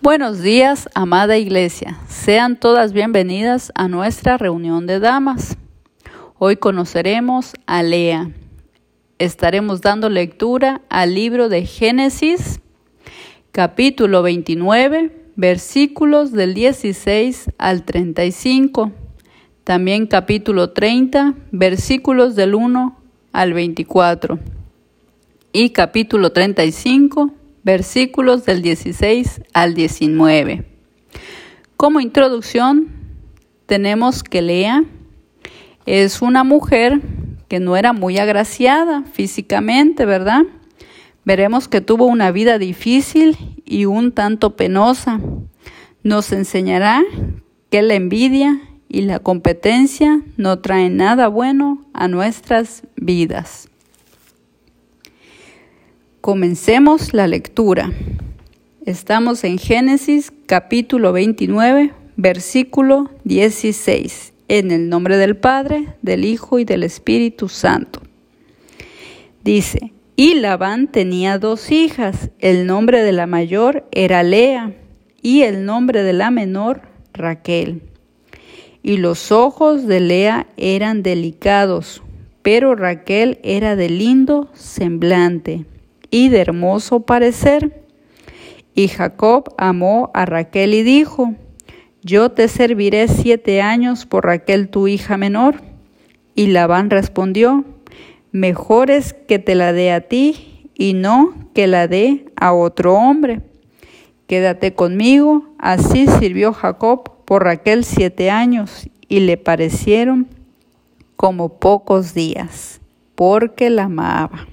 Buenos días, amada iglesia. Sean todas bienvenidas a nuestra reunión de damas. Hoy conoceremos a Lea. Estaremos dando lectura al libro de Génesis, capítulo 29, versículos del 16 al 35. También capítulo 30, versículos del 1 al 24. Y capítulo 35, versículos del 16 al 19. Como introducción, tenemos que Lea es una mujer que no era muy agraciada físicamente, ¿verdad? Veremos que tuvo una vida difícil y un tanto penosa. Nos enseñará que la envidia y la competencia no traen nada bueno a nuestras vidas. Comencemos la lectura. Estamos en Génesis capítulo 29, versículo 16. En el nombre del Padre, del Hijo y del Espíritu Santo. Dice: Y Labán tenía 2 hijas. El nombre de la mayor era Lea, y el nombre de la menor Raquel. Y los ojos de Lea eran delicados, pero Raquel era de lindo semblante y de hermoso parecer. Y Jacob amó a Raquel y dijo: Yo te serviré 7 años por Raquel tu hija menor. Y Labán respondió: Mejor es que te la dé a ti y no que la dé a otro hombre. Quédate conmigo. Así sirvió Jacob por Raquel 7 años y le parecieron como pocos días, porque la amaba.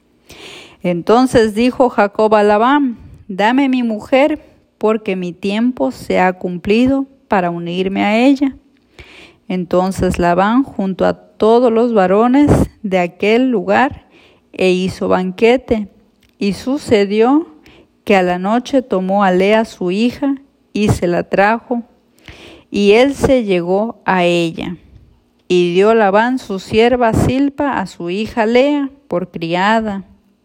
Entonces dijo Jacob a Labán: Dame mi mujer, porque mi tiempo se ha cumplido para unirme a ella. Entonces Labán juntó a todos los varones de aquel lugar e hizo banquete. Y sucedió que a la noche tomó a Lea su hija y se la trajo, y él se llegó a ella. Y dio Labán su sierva Zilpa a su hija Lea por criada.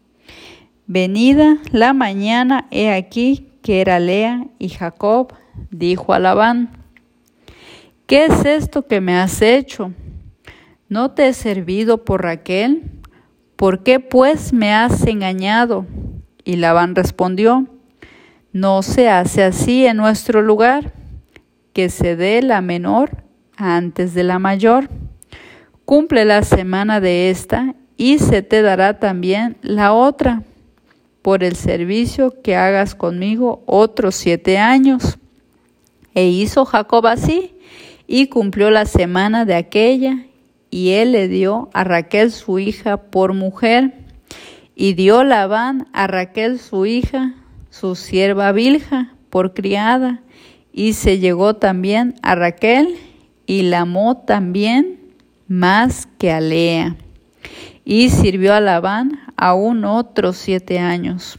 Venida la mañana, he aquí que era Lea, y Jacob dijo a Labán: ¿Qué es esto que me has hecho? ¿No te he servido por Raquel? ¿Por qué pues me has engañado? Y Labán respondió: No se hace así en nuestro lugar, que se dé la menor antes de la mayor. Cumple la semana de esta, y se te dará también la otra, por el servicio que hagas conmigo otros 7 años. E hizo Jacob así, y cumplió la semana de aquella, y él le dio a Raquel su hija por mujer. Y dio Labán a Raquel su hija, su sierva Bilha, por criada, y se llegó también a Raquel, y la amó también más que a Lea. Y sirvió a Labán aún otros 7 años.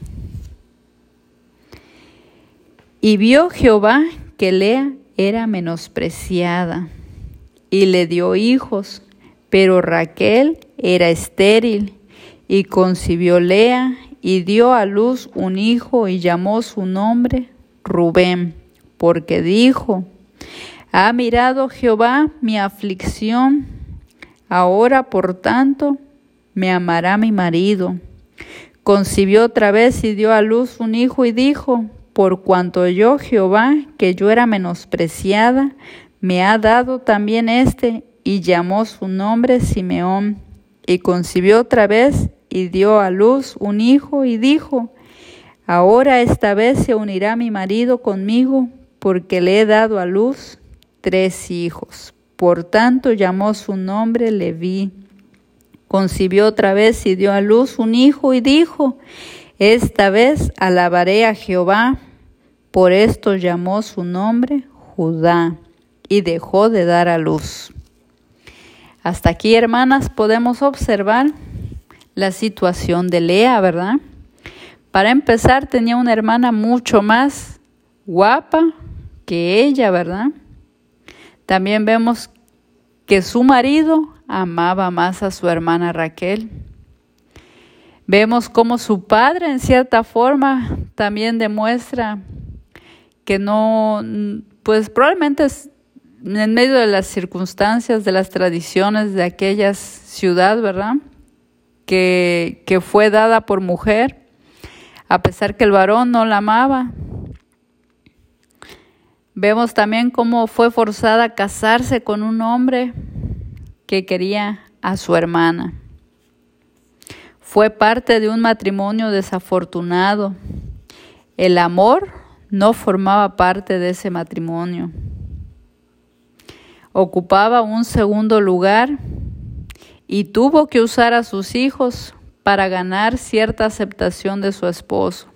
Y vio Jehová que Lea era menospreciada, y le dio hijos, pero Raquel era estéril, y concibió Lea, y dio a luz un hijo, y llamó su nombre Rubén, porque dijo: Ha mirado Jehová mi aflicción, ahora por tanto me amará mi marido. Concibió otra vez y dio a luz un hijo y dijo: Por cuanto oyó Jehová que yo era menospreciada, me ha dado también este, y llamó su nombre Simeón. Y concibió otra vez y dio a luz un hijo y dijo: Ahora esta vez se unirá mi marido conmigo, porque le he dado a luz 3 hijos. Por tanto llamó su nombre Leví. Concibió otra vez y dio a luz un hijo y dijo: Esta vez alabaré a Jehová. Por esto llamó su nombre Judá, y dejó de dar a luz. Hasta aquí, hermanas, podemos observar la situación de Lea, ¿verdad? Para empezar, tenía una hermana mucho más guapa que ella, ¿verdad? También vemos que su marido amaba más a su hermana Raquel. Vemos cómo su padre, en cierta forma, también demuestra que no, pues probablemente en medio de las circunstancias, de las tradiciones de aquella ciudad, ¿verdad? Que fue dada por mujer, a pesar que el varón no la amaba. Vemos también cómo fue forzada a casarse con un hombre que quería a su hermana. Fue parte de un matrimonio desafortunado. El amor no formaba parte de ese matrimonio. Ocupaba un segundo lugar y tuvo que usar a sus hijos para ganar cierta aceptación de su esposo.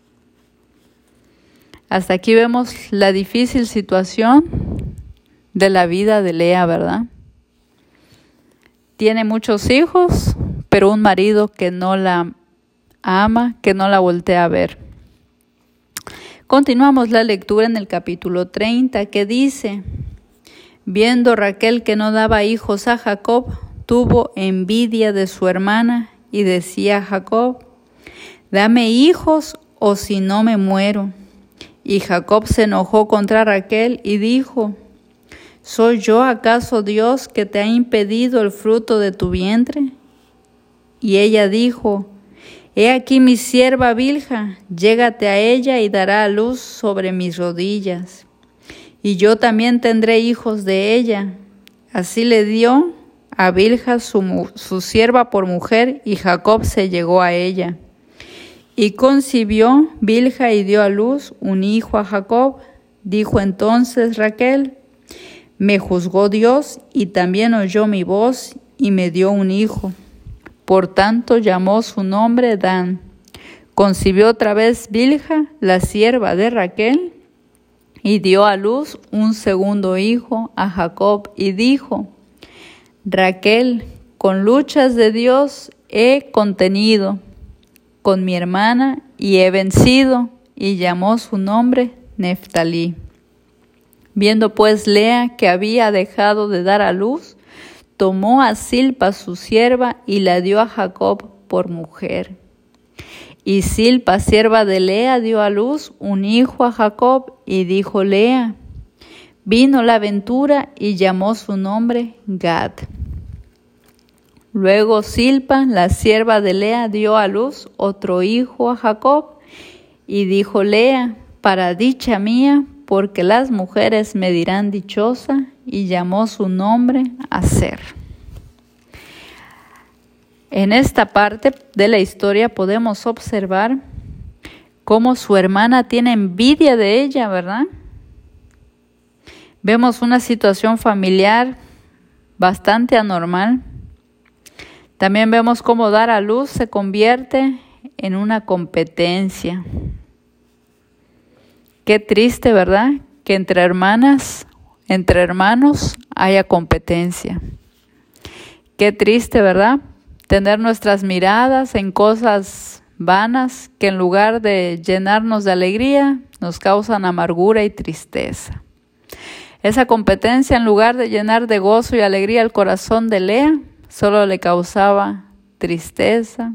Hasta aquí vemos la difícil situación de la vida de Lea, ¿verdad? Tiene muchos hijos, pero un marido que no la ama, que no la voltea a ver. Continuamos la lectura en el capítulo 30, que dice: viendo Raquel que no daba hijos a Jacob, tuvo envidia de su hermana y decía a Jacob: dame hijos o si no me muero. Y Jacob se enojó contra Raquel y dijo: ¿soy yo acaso Dios que te ha impedido el fruto de tu vientre? Y ella dijo: he aquí mi sierva Bilha, llégate a ella y dará a luz sobre mis rodillas. Y yo también tendré hijos de ella. Así le dio a Bilha su sierva por mujer, y Jacob se llegó a ella. Y concibió Bilha y dio a luz un hijo a Jacob. Dijo entonces Raquel: me juzgó Dios y también oyó mi voz y me dio un hijo. Por tanto llamó su nombre Dan. Concibió otra vez Bilha, la sierva de Raquel, y dio a luz un segundo hijo a Jacob y dijo: Raquel, con luchas de Dios he contenido con mi hermana y he vencido, y llamó su nombre Neftalí. Viendo pues Lea que había dejado de dar a luz, tomó a Silpa su sierva y la dio a Jacob por mujer. Y Silpa, sierva de Lea, dio a luz un hijo a Jacob, y dijo Lea: vino la ventura, y llamó su nombre Gad. Luego Silpa, la sierva de Lea, dio a luz otro hijo a Jacob, y dijo Lea: para dicha mía, porque las mujeres me dirán dichosa, y llamó su nombre Aser. En esta parte de la historia podemos observar cómo su hermana tiene envidia de ella, ¿verdad? Vemos una situación familiar bastante anormal. También vemos cómo dar a luz se convierte en una competencia. Qué triste, ¿verdad? Que entre hermanas, entre hermanos haya competencia. Qué triste, ¿verdad? Tener nuestras miradas en cosas vanas que en lugar de llenarnos de alegría, nos causan amargura y tristeza. Esa competencia, en lugar de llenar de gozo y alegría el corazón de Lea, solo le causaba tristeza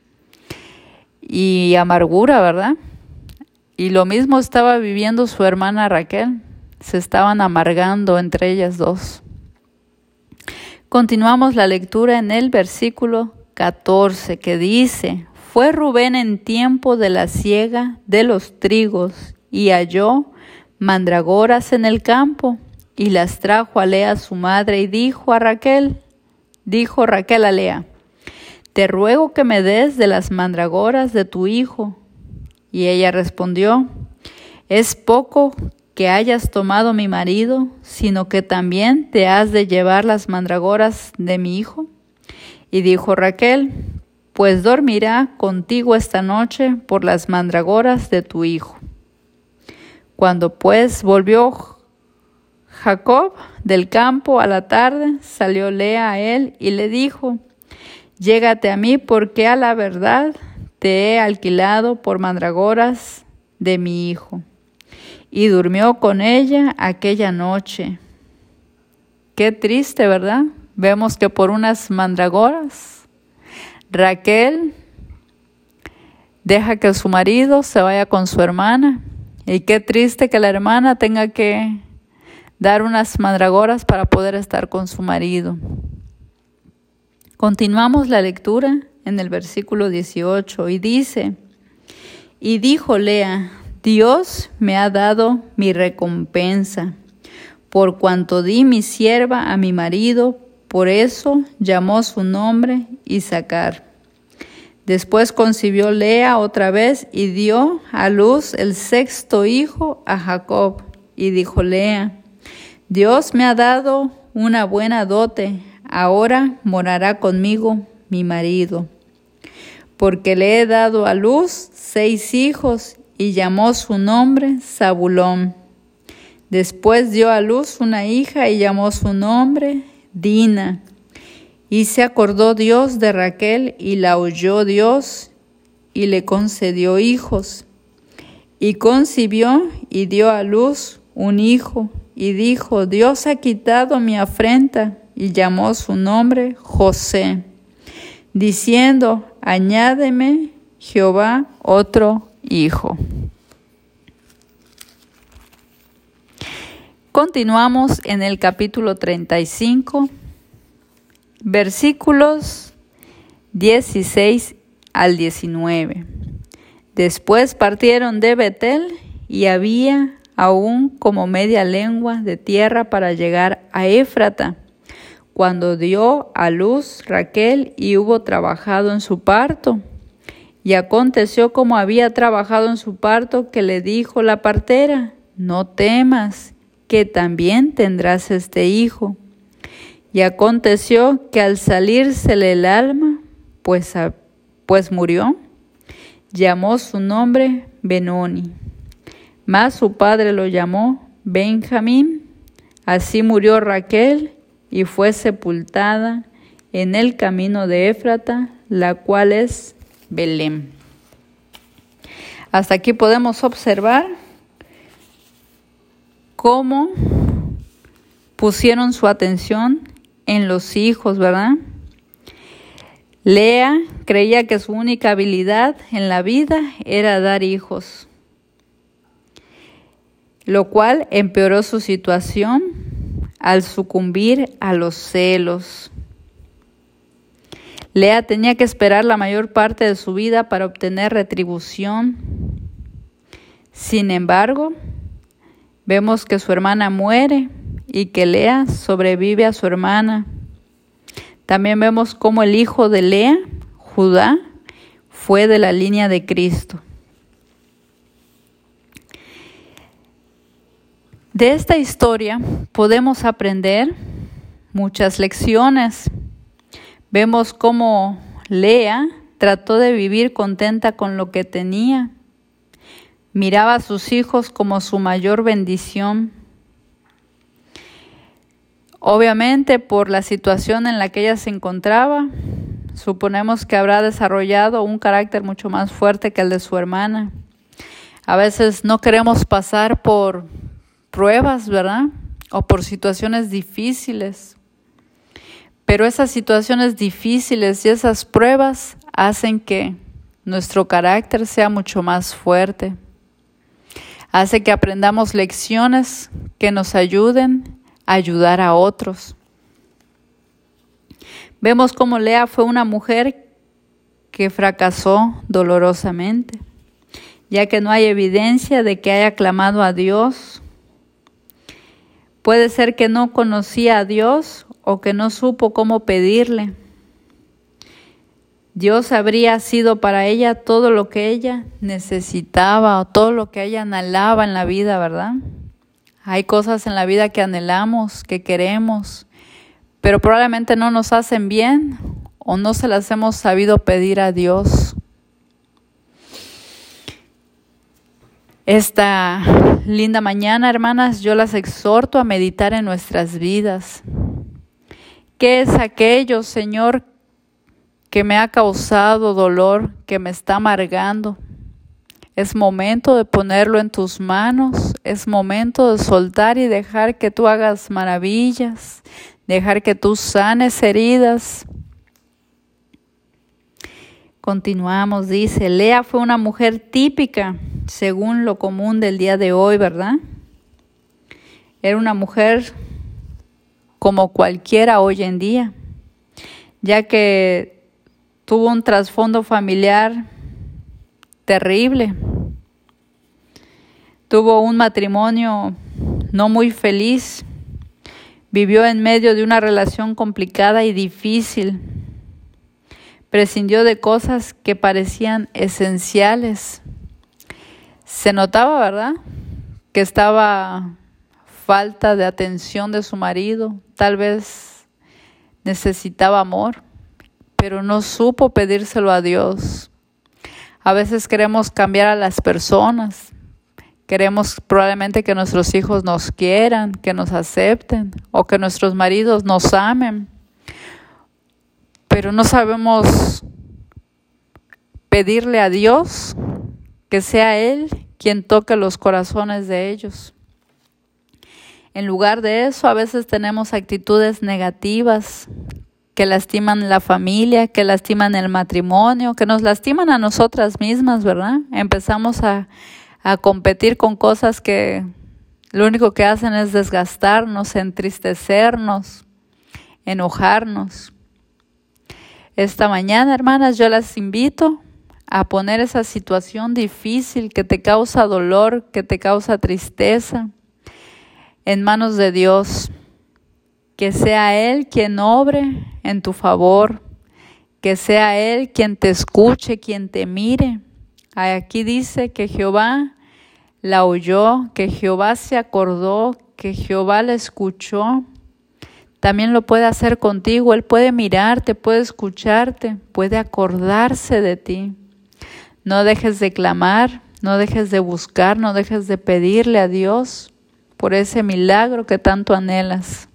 y amargura, ¿verdad? Y lo mismo estaba viviendo su hermana Raquel. Se estaban amargando entre ellas dos. Continuamos la lectura en el versículo 14, que dice: fue Rubén en tiempo de la siega de los trigos y halló mandragoras en el campo, y las trajo a Lea su madre, y dijo Raquel a Lea: te ruego que me des de las mandragoras de tu hijo. Y ella respondió: es poco que hayas tomado mi marido, sino que también te has de llevar las mandragoras de mi hijo. Y dijo Raquel: pues dormirá contigo esta noche por las mandragoras de tu hijo. Cuando pues volvió Jacob del campo a la tarde, salió Lea a él y le dijo: llégate a mí, porque a la verdad te he alquilado por mandragoras de mi hijo. Y durmió con ella aquella noche. Qué triste, ¿verdad? Vemos que por unas mandragoras, Raquel deja que su marido se vaya con su hermana Y qué triste que la hermana tenga que dar unas mandragoras para poder estar con su marido. Continuamos la lectura en el versículo 18 y dice: y dijo Lea: Dios me ha dado mi recompensa, por cuanto di mi sierva a mi marido, por eso llamó su nombre Isacar. Después concibió Lea otra vez y dio a luz el sexto hijo a Jacob. Y dijo Lea: Dios me ha dado una buena dote, ahora morará conmigo mi marido. Porque le he dado a luz 6 hijos, y llamó su nombre Zabulón. Después dio a luz una hija y llamó su nombre Dina. Y se acordó Dios de Raquel y la oyó Dios y le concedió hijos. Y concibió y dio a luz un hijo y dijo: Dios ha quitado mi afrenta, y llamó su nombre José, diciendo: añádeme Jehová otro hijo. Continuamos en el capítulo 35, versículos 16 al 19. Después partieron de Betel y había aún como media lengua de tierra para llegar a Éfrata, cuando dio a luz Raquel y hubo trabajado en su parto. Y aconteció como había trabajado en su parto, que le dijo la partera: no temas, que también tendrás este hijo. Y aconteció que al salírsele el alma, pues murió, llamó su nombre Benoni. Mas su padre lo llamó Benjamín. Así murió Raquel y fue sepultada en el camino de Éfrata, la cual es Belén. Hasta aquí podemos observar cómo pusieron su atención en los hijos, ¿verdad? Lea creía que su única habilidad en la vida era dar hijos, lo cual empeoró su situación al sucumbir a los celos. Lea tenía que esperar la mayor parte de su vida para obtener retribución. Sin embargo, vemos que su hermana muere y que Lea sobrevive a su hermana. También vemos cómo el hijo de Lea, Judá, fue de la línea de Cristo. De esta historia podemos aprender muchas lecciones. Vemos cómo Lea trató de vivir contenta con lo que tenía. Miraba a sus hijos como su mayor bendición. Obviamente, por la situación en la que ella se encontraba, suponemos que habrá desarrollado un carácter mucho más fuerte que el de su hermana. A veces no queremos pasar por pruebas, ¿verdad? O por situaciones difíciles. Pero esas situaciones difíciles y esas pruebas hacen que nuestro carácter sea mucho más fuerte. Hace que aprendamos lecciones que nos ayuden a ayudar a otros. Vemos cómo Lea fue una mujer que fracasó dolorosamente, ya que no hay evidencia de que haya clamado a Dios. Puede ser que no conocía a Dios o que no supo cómo pedirle. Dios habría sido para ella todo lo que ella necesitaba o todo lo que ella anhelaba en la vida, ¿verdad? Hay cosas en la vida que anhelamos, que queremos, pero probablemente no nos hacen bien o no se las hemos sabido pedir a Dios. Esta linda mañana, hermanas, yo las exhorto a meditar en nuestras vidas. ¿Qué es aquello, Señor, que me ha causado dolor, que me está amargando? Es momento de ponerlo en tus manos, es momento de soltar y dejar que tú hagas maravillas, dejar que tú sanes heridas. Continuamos, dice, Lea fue una mujer típica según lo común del día de hoy, ¿verdad? Era una mujer como cualquiera hoy en día, ya que tuvo un trasfondo familiar terrible. Tuvo un matrimonio no muy feliz. Vivió en medio de una relación complicada y difícil. Prescindió de cosas que parecían esenciales. Se notaba, ¿verdad?, que estaba falta de atención de su marido. Tal vez necesitaba amor, pero no supo pedírselo a Dios. A veces queremos cambiar a las personas. Queremos probablemente que nuestros hijos nos quieran, que nos acepten o que nuestros maridos nos amen. Pero no sabemos pedirle a Dios que sea Él quien toque los corazones de ellos. En lugar de eso, a veces tenemos actitudes negativas que lastiman la familia, que lastiman el matrimonio, que nos lastiman a nosotras mismas, ¿verdad? Empezamos a competir con cosas que lo único que hacen es desgastarnos, entristecernos, enojarnos. Esta mañana, hermanas, yo las invito a poner esa situación difícil que te causa dolor, que te causa tristeza, en manos de Dios. Que sea Él quien obre en tu favor, que sea Él quien te escuche, quien te mire. Aquí dice que Jehová la oyó, que Jehová se acordó, que Jehová la escuchó. También lo puede hacer contigo. Él puede mirarte, puede escucharte, puede acordarse de ti. No dejes de clamar, no dejes de buscar, no dejes de pedirle a Dios por ese milagro que tanto anhelas.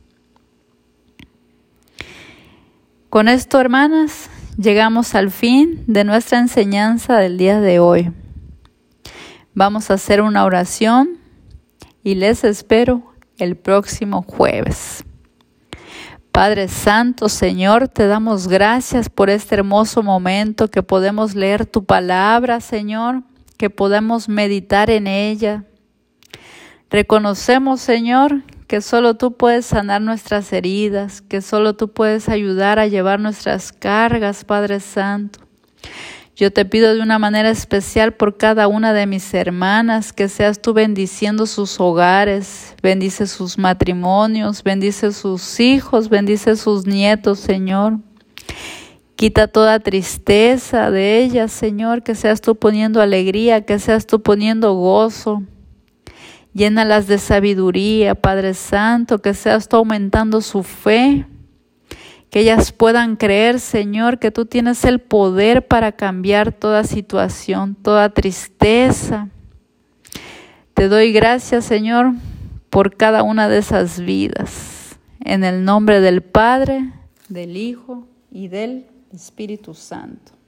Con esto, hermanas, llegamos al fin de nuestra enseñanza del día de hoy. Vamos a hacer una oración y les espero el próximo jueves. Padre Santo, Señor, te damos gracias por este hermoso momento que podemos leer tu palabra, Señor, que podemos meditar en ella. Reconocemos, Señor, que solo tú puedes sanar nuestras heridas, que solo tú puedes ayudar a llevar nuestras cargas, Padre Santo. Yo te pido de una manera especial por cada una de mis hermanas, que seas tú bendiciendo sus hogares, bendice sus matrimonios, bendice sus hijos, bendice sus nietos, Señor. Quita toda tristeza de ellas, Señor, que seas tú poniendo alegría, que seas tú poniendo gozo. Llénalas de sabiduría, Padre Santo, que seas tú aumentando su fe, que ellas puedan creer, Señor, que tú tienes el poder para cambiar toda situación, toda tristeza. Te doy gracias, Señor, por cada una de esas vidas. En el nombre del Padre, del Hijo y del Espíritu Santo.